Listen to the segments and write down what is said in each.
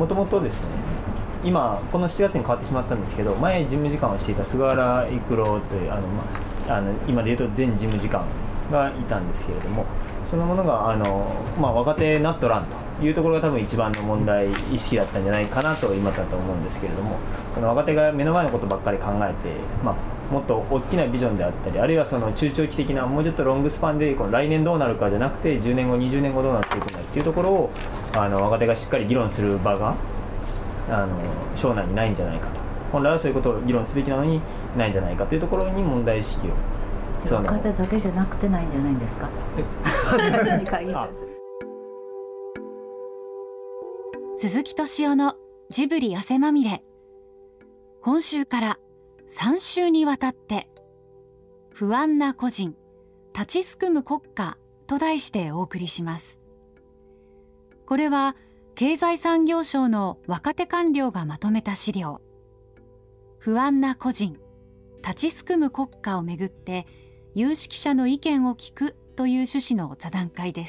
もともとですね、今この7月に変わってしまったんですけど、前事務次官をしていた菅原育郎という今でいうと前事務次官がいたんですけれども、そのものが若手なっとらんというところが多分一番の問題意識だったんじゃないかなと今だと思うんですけれども、その若手が目の前のことばっかり考えて、もっと大きなビジョンであったり、あるいはその中長期的なもうちょっとロングスパンでこの来年どうなるかじゃなくて10年後20年後どうなっていくんだっていうところを若手がしっかり議論する場が省内にないんじゃないかと、本来はそういうことを議論すべきなのにないんじゃないかというところに問題意識を若手だけじゃなくてないんじゃないんですか鈴木敏夫のジブリ汗まみれ、今週から3週にわたって不安な個人立ちすくむ国家と題してお送りします。これは経済産業省の若手官僚がまとめた資料、不安な個人立ちすくむ国家をめぐって有識者の意見を聞くという趣旨の座談会です。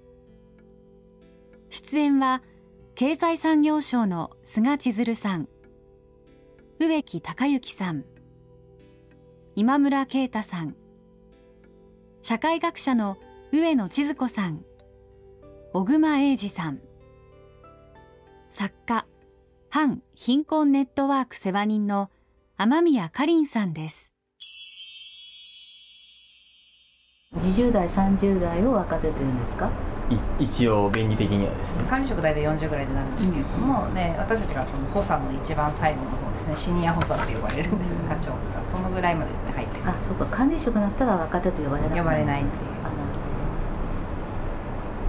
出演は経済産業省の菅千鶴さん、植木隆之さん、今村啓太さん、社会学者の上野千鶴子さん、小熊英二さん、作家、反貧困ネットワーク世話人の雨宮かりんさんです。 20代30代を若手というんですか？ 一応便宜的にはですね、 管理職代で40ぐらいでなるんですけれども、私たちがその補佐の一番最後の方ですね、シニア補佐と呼ばれるんですね、課長補佐、そのぐらいまでですね入ってる。 そうか、管理職になったら若手と呼ばれない、 呼ばれないっていう。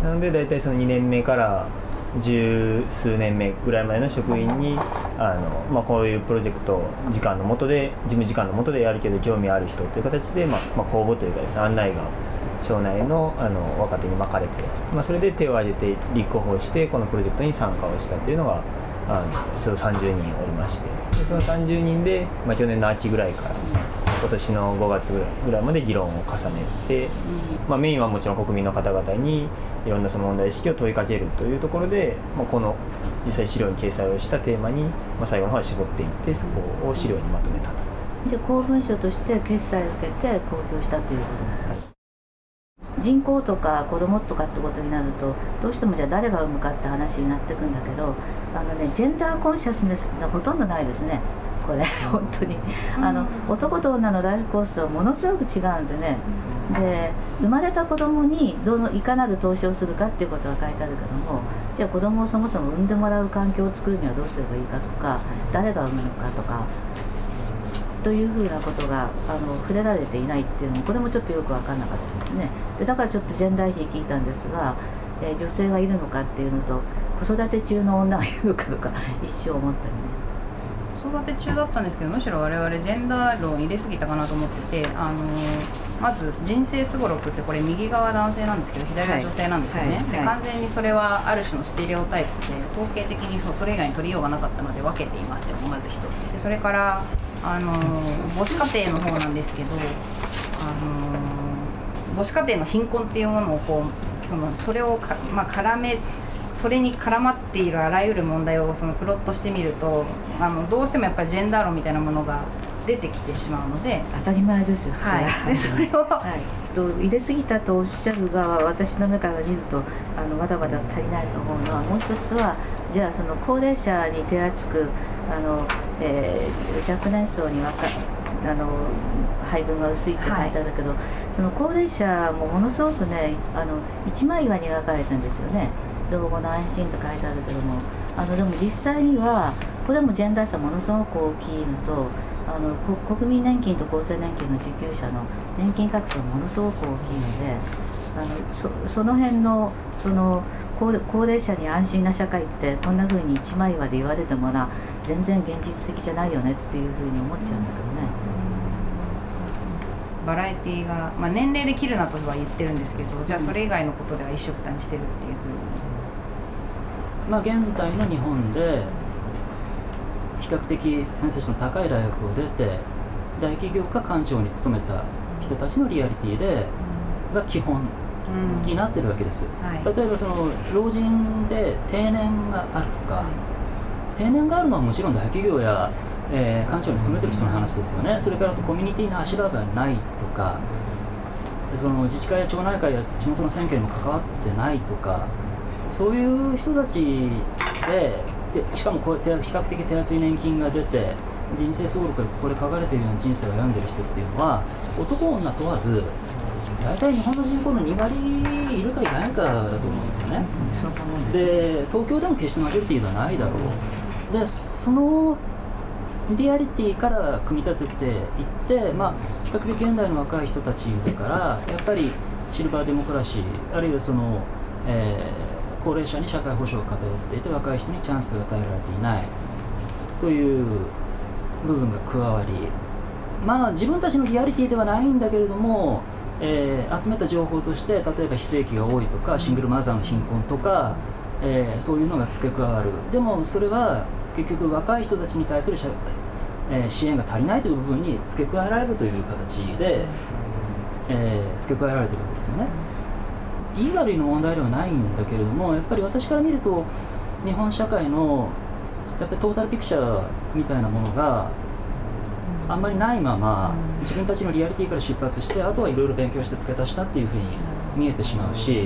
なので大体その2年目から十数年目ぐらいまでの職員にこういうプロジェクト事務時間の下でやるけど興味ある人という形で、公募というかですね、案内が省内の若手に巻かれて、それで手を挙げて立候補してこのプロジェクトに参加をしたというのがちょうど30人おりまして、でその30人で、去年の秋ぐらいから今年の5月ぐらいまで議論を重ねて、メインはもちろん国民の方々にいろんなその問題意識を問いかけるというところで、この実際資料に掲載をしたテーマに、最後の方は絞っていって、そこを資料にまとめたと。 で公文書として決裁を受けて公表したということですか？人口とか子供とかってことになるとどうしてもじゃあ誰が産むかって話になってくんだけど、ジェンダーコンシャスネスがほとんどないですね、これ本当に男と女のライフコースはものすごく違うんでね。で生まれた子供にいかなる投資をするかっていうことは書いてあるけども、じゃあ子供をそもそも産んでもらう環境を作るにはどうすればいいかとか、誰が産むのかとかというふうなことが触れられていないっていうのも、これもちょっとよく分からなかったですね。でだからちょっとジェンダー比聞いたんですが、女性はいるのかっていうのと、子育て中の女はいるのかとか一生思ったりね。 子育て中だったんですけど、むしろ我々ジェンダー論入れすぎたかなと思ってて、まず人生すごろくってこれ右側男性なんですけど左側女性なんですよね、で完全にそれはある種のステレオタイプで統計的にそれ以外に取りようがなかったので分けていますよ、まず一つで、それから母子家庭の方なんですけど、母子家庭の貧困っていうものをそれをそれに絡まっているあらゆる問題をプロットしてみると、どうしてもやっぱりジェンダー論みたいなものが出てきてしまうので、 当たり前ですよ、 でそれを、 入れすぎたとおっしゃる側は私の目から見るとまだまだ足りないと思うのは、もう一つはじゃあその高齢者に手厚く若年層に配分が薄いって書いてあるけど、その高齢者もものすごくね一枚岩に描かれてるんですよね。老後の安心と書いてあるけども、でも実際にはこれもジェンダー差ものすごく大きいのと、国民年金と厚生年金の受給者の年金格差がものすごく大きいので、その辺の高齢者に安心な社会ってこんな風に一枚岩で言われても全然現実的じゃないよねっていう風に思っちゃうんだけどね。 バラエティが、年齢で切るなとは言ってるんですけど、じゃあそれ以外のことでは一緒くたにしてるっていう風に、 現代の日本で比較的偏差値の高い大学を出て大企業か官庁に勤めた人たちのリアリティが基本になってるわけです、例えば老人で定年があるとか、 定年があるのはもちろん大企業や、官庁に勤めてる人の話ですよね。それからあとコミュニティの足場がないとか、その自治会や町内会や地元の選挙にも関わってないとか、そういう人たちでしかもこう比較的手厚い年金が出て人生相続でここで書かれているような人生を歩んでる人っていうのは男女問わず大体日本の人口の2割いるかいないかだと思うんですよね。で東京でも決してマジョリティではないだろう。でそのリアリティから組み立てていって、まあ、比較的現代の若い人たちだからやっぱりシルバーデモクラシーあるいはその、高齢者に社会保障が偏っていて若い人にチャンスが与えられていないという部分が加わり、まあ自分たちのリアリティではないんだけれども、集めた情報として例えば非正規が多いとかシングルマザーの貧困とか、そういうのが付け加わる。でもそれは結局若い人たちに対する支援が足りないという部分に付け加えられるという形で、付け加えられているわけですよね。いい悪いの問題ではないんだけれども、やっぱり私から見ると日本社会のやっぱりトータルピクチャーみたいなものがあんまりないまま自分たちのリアリティから出発してあとはいろいろ勉強して付け足したっていうふうに見えてしまうし、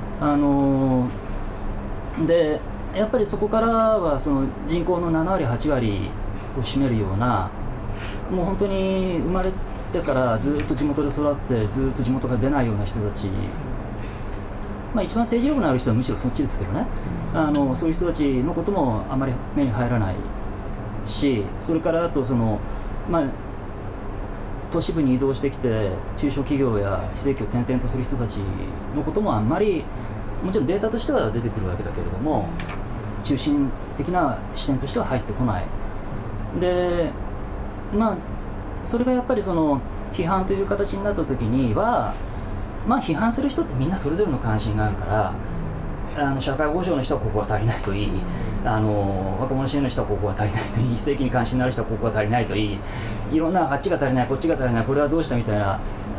でやっぱりそこからはその人口の7割8割を占めるようなもう本当に生まれてからずっと地元で育ってずっと地元が出ないような人たち、まあ、一番政治力のある人はむしろそっちですけどね、そういう人たちのこともあまり目に入らないし、それからあとその、まあ、都市部に移動してきて中小企業や非正規を転々とする人たちのこともあんまりもちろんデータとしては出てくるわけだけれども中心的な視点としては入ってこない。でまあそれがやっぱりその批判という形になった時にはまあ批判する人ってみんなそれぞれの関心があるから社会保障の人はここが足りないといい若者支援の人はここが足りないといい非正規に関心のある人はここが足りないといいいろんなあっちが足りないこっちが足りないこれはどうしたみたいな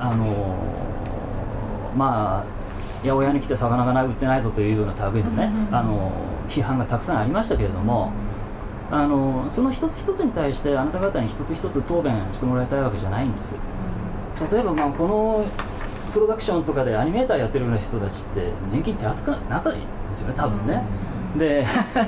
まあ八百屋に来て魚が売ってないぞというような類のね批判がたくさんありましたけれどもその一つ一つに対してあなた方に一つ一つ答弁してもらいたいわけじゃないんです。例えばまあこのプロダクションとかでアニメーターやってるような人たちって年金手厚くなかったですよね多分ね。で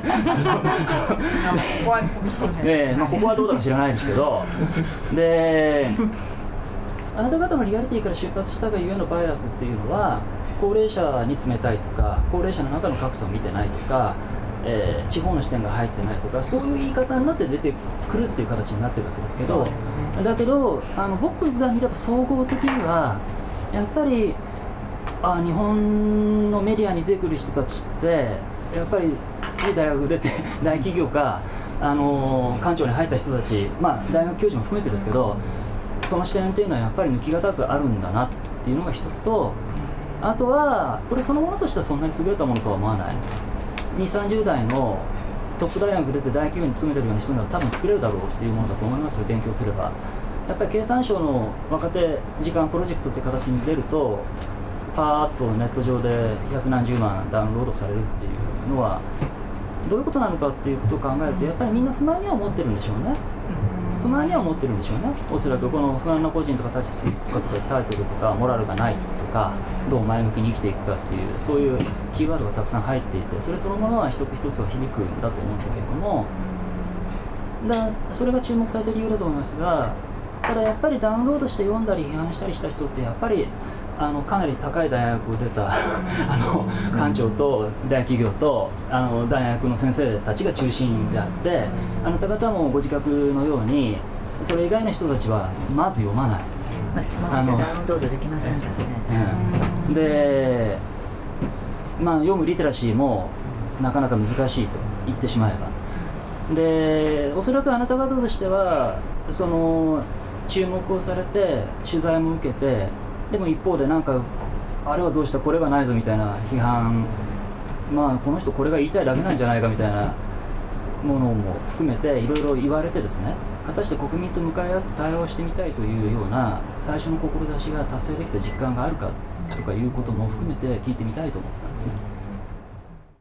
まあ、ここはどうだか知らないですけどであなた方のリアリティから出発したがゆえのバイアスっていうのは高齢者に冷たいとか高齢者の中の格差を見てないとか、地方の視点が入ってないとかそういう言い方になって出てくるっていう形になってるわけですけど、だけど僕が見れば総合的にはやっぱり日本のメディアに出てくる人たちってやっぱりいい大学出て大企業か官庁に入った人たち、まあ、大学教授も含めてですけどその視点っていうのはやっぱり抜きがたくあるんだなっていうのが一つと、あとはこれそのものとしてはそんなに優れたものとは思わない。20、30代のトップ大学出て大企業に勤めてるような人なら多分作れるだろうっていうものだと思います。勉強すればやっぱり経産省の若手時間プロジェクトって形に出るとパーッとネット上で百何十万ダウンロードされるっていうのはどういうことなのかっていうことを考えるとやっぱりみんな不満には思ってるんでしょうね。不満には思ってるんでしょうね。おそらくこの不安な個人とか立ちすぎとかタイトルとかモラルがないとかどう前向きに生きていくかっていうそういうキーワードがたくさん入っていてそれそのものは一つ一つは響くんだと思うんだけれどもそれが注目された理由だと思いますが、ただやっぱりダウンロードして読んだり批判したりした人ってやっぱりかなり高い大学を出た官庁と大企業と大学の先生たちが中心であってあなた方もご自覚のようにそれ以外の人たちはまず読まない、 まあ、スマホじゃダウンロードできませんからね、 で、まあ、読むリテラシーもなかなか難しいと言ってしまえばでおそらくあなた方としてはその注目をされて取材も受けてでも一方でなんかあれはどうしたこれがないぞみたいな批判まあこの人これが言いたいだけなんじゃないかみたいなものも含めていろいろ言われてですね果たして国民と向かい合って対話をしてみたいというような最初の志が達成できた実感があるかとかいうことも含めて聞いてみたいと思ったんですね。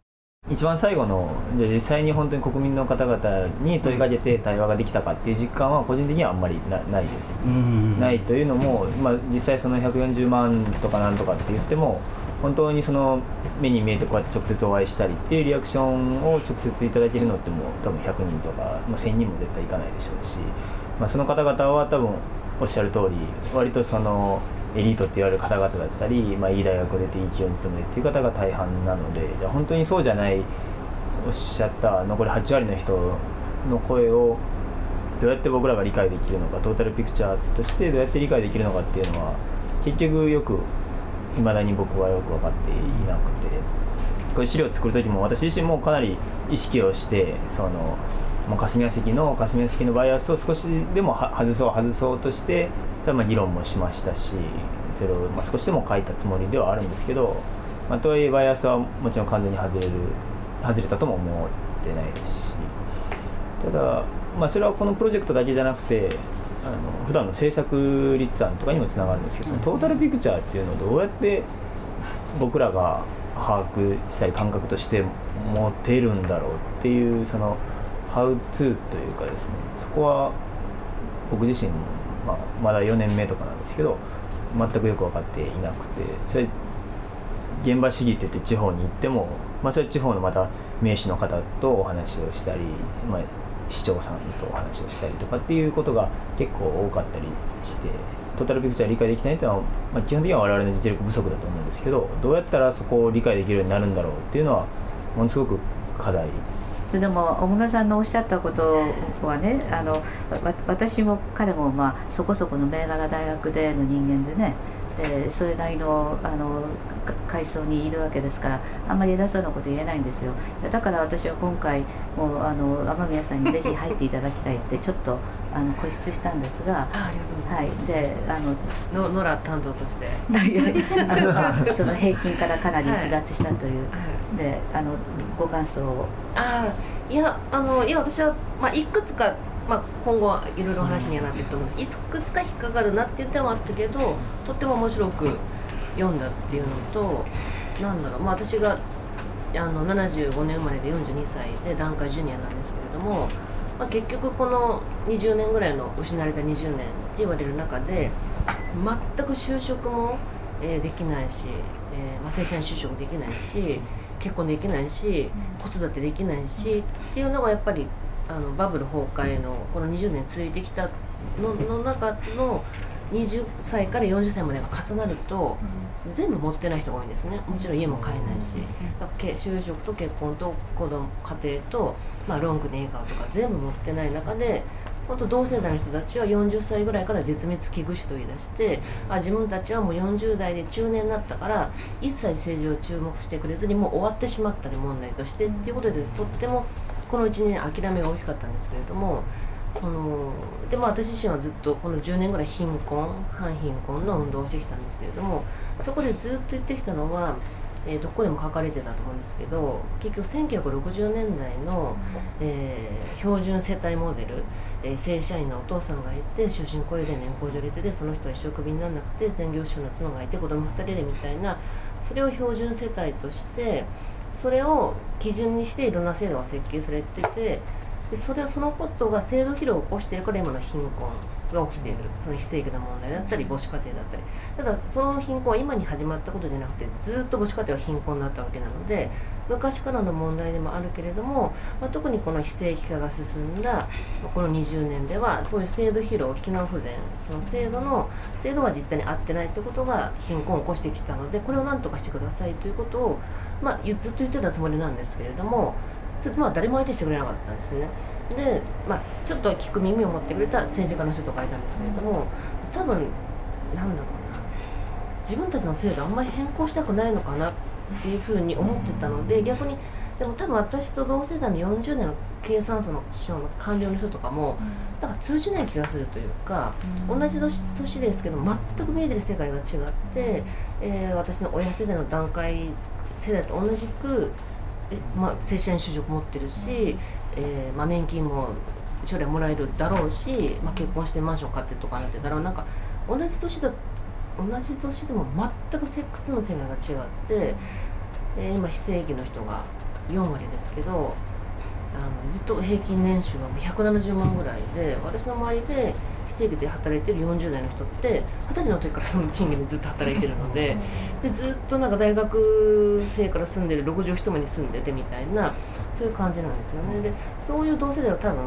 一番最後の実際に本当に国民の方々に問いかけて対話ができたかっていう実感は個人的にはあんまりないです、ないというのも、実際その140万とかなんとかって言っても本当にその目に見えてこうやって直接お会いしたりっていうリアクションを直接いただけるのってもう多分100人とか、1000人も絶対いかないでしょうし、その方々は多分おっしゃる通り割とそのエリートって言われる方々だったり、いい大学を出ていい企業に勤めるっていう方が大半なので、じゃあ本当にそうじゃないおっしゃった残り8割の人の声をどうやって僕らが理解できるのか、トータルピクチャーとしてどうやって理解できるのかっていうのは結局よく未だに僕はよく分かっていなくて、こういう資料を作る時も私自身もかなり意識をしてその霞が関のバイアスを少しでも外そうとして議論もしましたし、それを少しでも書いたつもりではあるんですけど、とはいえバイアスはもちろん完全に外れたとも思ってないですし、ただ、それはこのプロジェクトだけじゃなくて普段の制作立案とかにもつながるんですけど、トータルピクチャーっていうのをどうやって僕らが把握したり感覚として持てるんだろうっていうそのハウツーというかですね、そこは僕自身も、まだ4年目とかなんですけど全くよく分かっていなくて、それ現場主義って言って地方に行っても、それは地方のまた名士の方とお話をしたり、市長さんとお話をしたりとかっていうことが結構多かったりして、トータルピクチャー理解できないというのは、基本的には我々の実力不足だと思うんですけど、どうやったらそこを理解できるようになるんだろうっていうのはものすごく課題でも小熊さんのおっしゃったことはね、私も彼もそこそこの銘柄大学での人間でね、それなりの階層にいるわけですから、あんまり偉そうなこと言えないんですよ。だから私は今回もう雨宮さんにぜひ入っていただきたいってちょっと固執したんですが、 ありがとうございます。 でノラ担当としてその平均からかなり逸脱したという、でご感想を。 いや私は、いくつか、今後いろいろ話にはなっていくと思うんです。いくつか引っかかるなっていう点はあったけど、とっても面白く読んだっていうのと、私が75年生まれで42歳で団塊ジュニアなんですけれども、結局この20年ぐらいの失われた20年って言われる中で全く就職も、できないし、正社員就職できないし、結婚できないし、子育てできないしっていうのがやっぱりバブル崩壊のこの20年続いてきたの中の20歳から40歳までが重なると、全部持ってない人が多いんですね。もちろん家も買えないし、就職と結婚と子供家庭と、ロングで映画とか全部持ってない中で、本当同世代の人たちは40歳ぐらいから絶滅危惧種と言い出して、自分たちはもう40代で中年になったから一切政治を注目してくれずにもう終わってしまったり問題としてっていうことで、とってもこの1年諦めが大きかったんですけれども、でも私自身はずっとこの10年ぐらい反貧困の運動をしてきたんですけれども、そこでずっと言ってきたのは、どこでも書かれてたと思うんですけど、結局1960年代の、標準世帯モデル、正社員のお父さんがいて終身雇用で年功序列で、その人は一生クビにならなくて専業主婦の妻がいて子供2人でみたいな、それを標準世帯としてそれを基準にしていろんな制度が設計されてて、でそのことが制度疲労を起こしているから今の貧困が起きている、その非正規な問題だったり母子家庭だったり、ただその貧困は今に始まったことじゃなくてずっと母子家庭は貧困だったわけなので、昔からの問題でもあるけれども、特にこの非正規化が進んだこの20年ではそういう制度疲労、機能不全、その制度が実態に合ってないということが貧困を起こしてきたので、これを何とかしてくださいということを、ずっと言ってたつもりなんですけれども、誰も相手してくれなかったんですね。で、ちょっと聞く耳を持ってくれた政治家の人とかいたんですけれども、多分自分たちの制度あんまり変更したくないのかなっていうふうに思ってたので、逆にでも多分私と同世代の40年の経産省の官僚の人とかもだから通じない気がするというか、同じ年ですけど全く見えてる世界が違って、私の親世代の団塊世代と同じく、正社員就職持ってるし、年金も将来もらえるだろうし、結婚してマンション買ってとかなってたら、同じ年でも全くセックスの世界が違って、今非正規の人が 4割ですけど、ずっと平均年収は170万ぐらいで、私の周りで非正規で働いてる40代の人って20歳の時からその賃金でずっと働いてるので、ずっとなんか大学生から住んでる60一間に住んでてみたいな、そういう感じなんですよね。でそういう同世代は多分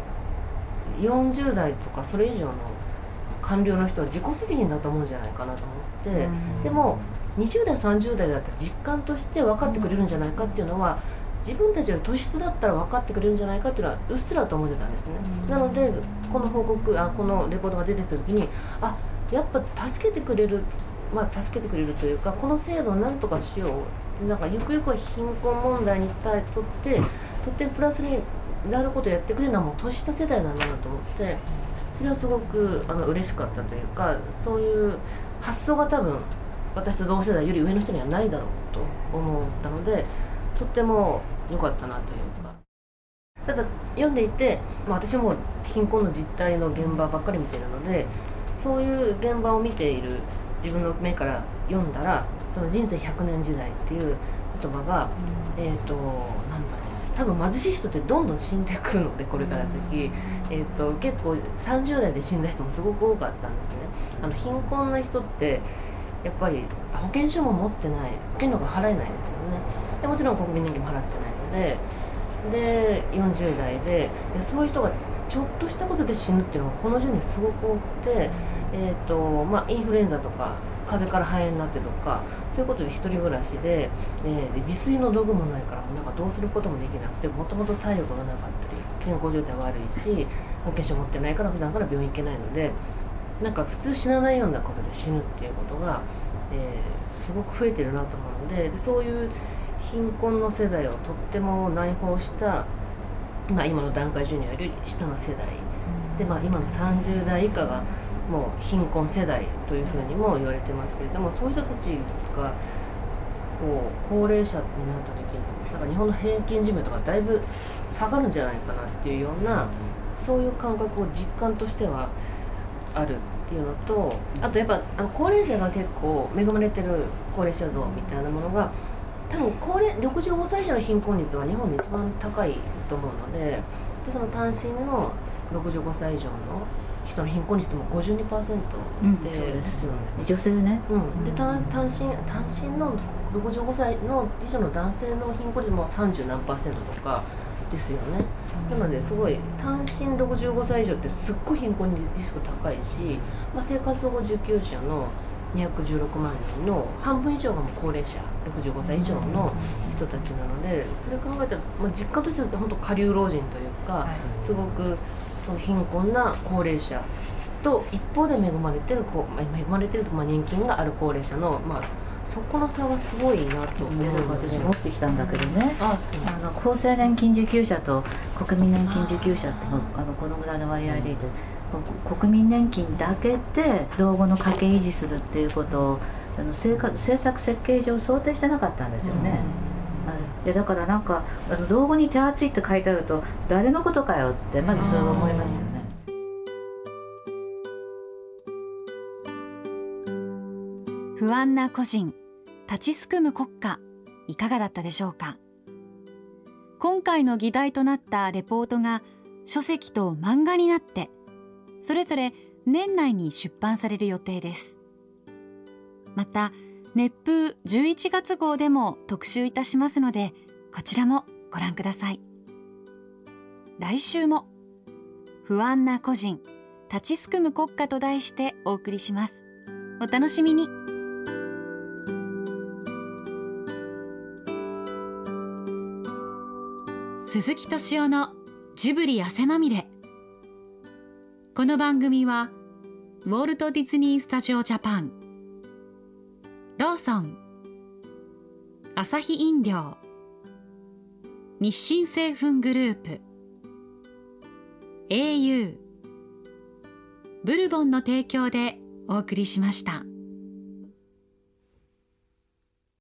40代とかそれ以上の官僚の人は自己責任だと思うんじゃないかなと思って、でも20代30代だったら実感として分かってくれるんじゃないかっていうのは、自分たちより年下だったら分かってくれるんじゃないかっていうのはうっすらと思ってたんですね。なのでこのこのレポートが出てきた時に、やっぱ助けてくれるというか、この制度をなんとかしよう、なんかゆくゆくは貧困問題にとってプラスになることをやってくれるのはもう年下世代なんだなと思って、それはすごく嬉しかったというか、そういう発想が多分私と同世代より上の人にはないだろうと思ったので、とっても良かったなというか。ただ読んでいて、私も貧困の実態の現場ばっかり見ているので、そういう現場を見ている自分の目から読んだら、その人生100年時代っていう言葉が、なんだろう、多分貧しい人ってどんどん死んでくるので、これから先、結構30代で死んだ人もすごく多かったんですね。貧困な人ってやっぱり保険証も持ってない、保険料が払えないですよね。でもちろん国民年金も払ってないので、40代でそういう人がちょっとしたことで死ぬっていうのがこの10年すごく多くて、インフルエンザとか風邪から肺炎になってとか、そういうことで一人暮らしで、自炊の道具もないからなんかどうすることもできなくて、もともと体力がなかったり健康状態悪いし、保険証持ってないから普段から病院行けないので、なんか普通死なないようなことで死ぬっていうことが、すごく増えてるなと思うので、そういう貧困の世代をとっても内包した、今の団塊ジュニアより下の世代で、今の30代以下がもう貧困世代というふうにも言われてますけれども、そういう人たちが高齢者になった時に、なんか日本の平均寿命とかだいぶ下がるんじゃないかなっていうような、そういう感覚を実感としてはあるっていうのと、あとやっぱ高齢者が結構恵まれてる高齢者像みたいなものが、多分65歳以上の貧困率は日本で一番高いと思うので、その単身の65歳以上の人の貧困率ってもう 52% で、 そうですよね。女性ね。 で単身の65歳の以上の男性の貧困率も30何%とかですよね。なのですごい単身65歳以上ってすっごい貧困リスク高いし、生活保護受給者の216万人の半分以上がもう高齢者、65歳以上の人たちなので、それ考えたら、実感としては本当下流老人というか、すごくそう貧困な高齢者と一方で恵まれてると年金がある高齢者の、そこの差はすごいなと思う。 私持ってきたんだけどね、厚生年金受給者と国民年金受給者ってこのぐらいの割合でいて、国民年金だけで老後の家計維持するっていうことを政策設計上想定してなかったんですよね。いやだからなんか老後に手厚いって書いてあると誰のことかよってまずそれは思いますよね。 不安な個人、立ちすくむ国家、いかがだったでしょうか。今回の議題となったレポートが書籍と漫画になってそれぞれ年内に出版される予定です。また熱風11月号でも特集いたしますので、こちらもご覧ください。来週も不安な個人、立ちすくむ国家と題してお送りします。お楽しみに。鈴木敏夫のジブリ汗まみれ。この番組はウォルト・ディズニー・スタジオ・ジャパン、ローソン、アサヒ飲料、日清製粉グループ、au、ブルボンの提供でお送りしました。